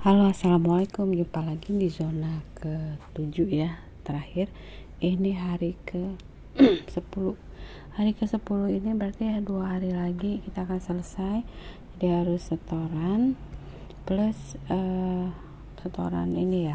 Halo, assalamualaikum. Jumpa lagi di zona ke-7 ya, terakhir. Ini hari ke-10. Hari ke-10 ini berarti 2 hari lagi kita akan selesai. Jadi harus setoran plus setoran ini ya,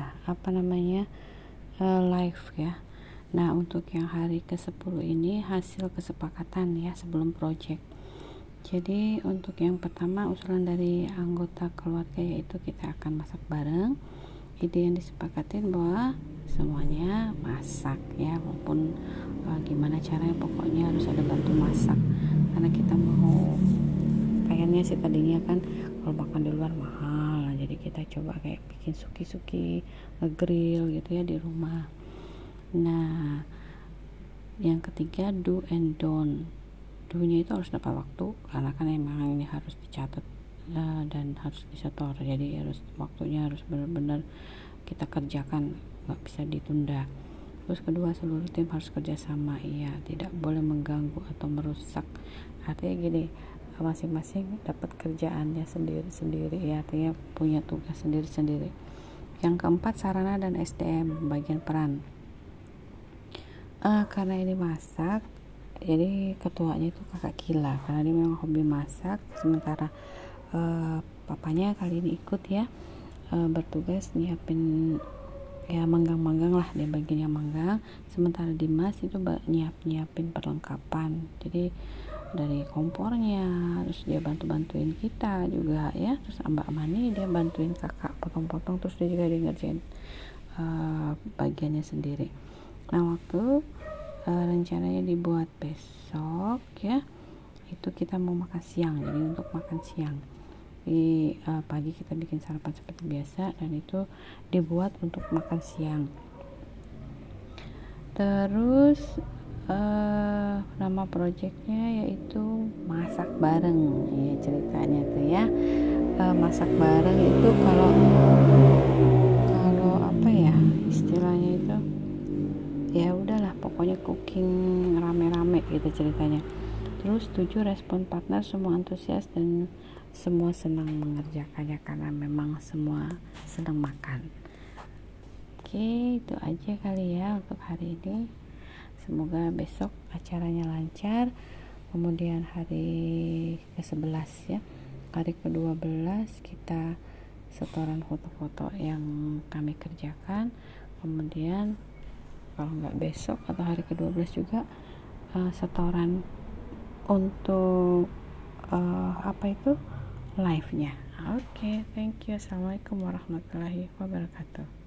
live ya. Nah, untuk yang hari ke-10 ini hasil kesepakatan ya sebelum project. Jadi untuk yang pertama usulan dari anggota keluarga yaitu kita akan masak bareng. Ide yang disepakatin bahwa semuanya masak ya, walaupun gimana caranya pokoknya harus ada bantu masak, karena kita mau pengennya sih tadinya kan kalau makan di luar mahal, jadi kita coba kayak bikin suki-suki, nge-grill gitu ya di rumah. Nah, yang ketiga do and don't. Do-nya itu harus dapat waktu, karena kan emang ini harus dicatat dan harus disetor, jadi waktunya harus benar-benar kita kerjakan, nggak bisa ditunda. Terus kedua, seluruh tim harus kerjasama, iya, tidak boleh mengganggu atau merusak. Artinya gini, masing-masing dapat kerjaannya sendiri-sendiri ya, artinya punya tugas sendiri-sendiri. Yang keempat, sarana dan SDM bagian peran. Karena ini masak, jadi ketuanya itu kakak Kila, karena dia memang hobi masak, sementara papanya kali ini ikut ya, bertugas nyiapin ya, manggang-manggang lah, dia bagiannya manggang, sementara Dimas itu nyiapin perlengkapan, jadi dari kompornya, terus dia bantuin kita juga ya, terus Mbak Mani dia bantuin kakak potong-potong, terus dia juga ngerjain bagiannya sendiri. Nah, waktu rencananya dibuat besok ya, itu kita mau makan siang. Jadi untuk makan siang di pagi kita bikin sarapan seperti biasa, dan itu dibuat untuk makan siang. Terus nama projectnya yaitu masak bareng ya, ceritanya tuh ya. Masak bareng itu kalau apa ya istilahnya itu, ya udahlah pokoknya cooking rame-rame gitu ceritanya. Terus 7, respon partner semua antusias dan semua senang mengerjakannya karena memang semua senang makan. Oke, itu aja kali ya untuk hari ini. Semoga besok acaranya lancar. Kemudian hari ke-11 ya, hari ke-12 kita setoran foto-foto yang kami kerjakan. Kemudian kalau nggak besok atau hari ke-12 juga setoran untuk live nya. Oke, thank you. Assalamualaikum warahmatullahi wabarakatuh.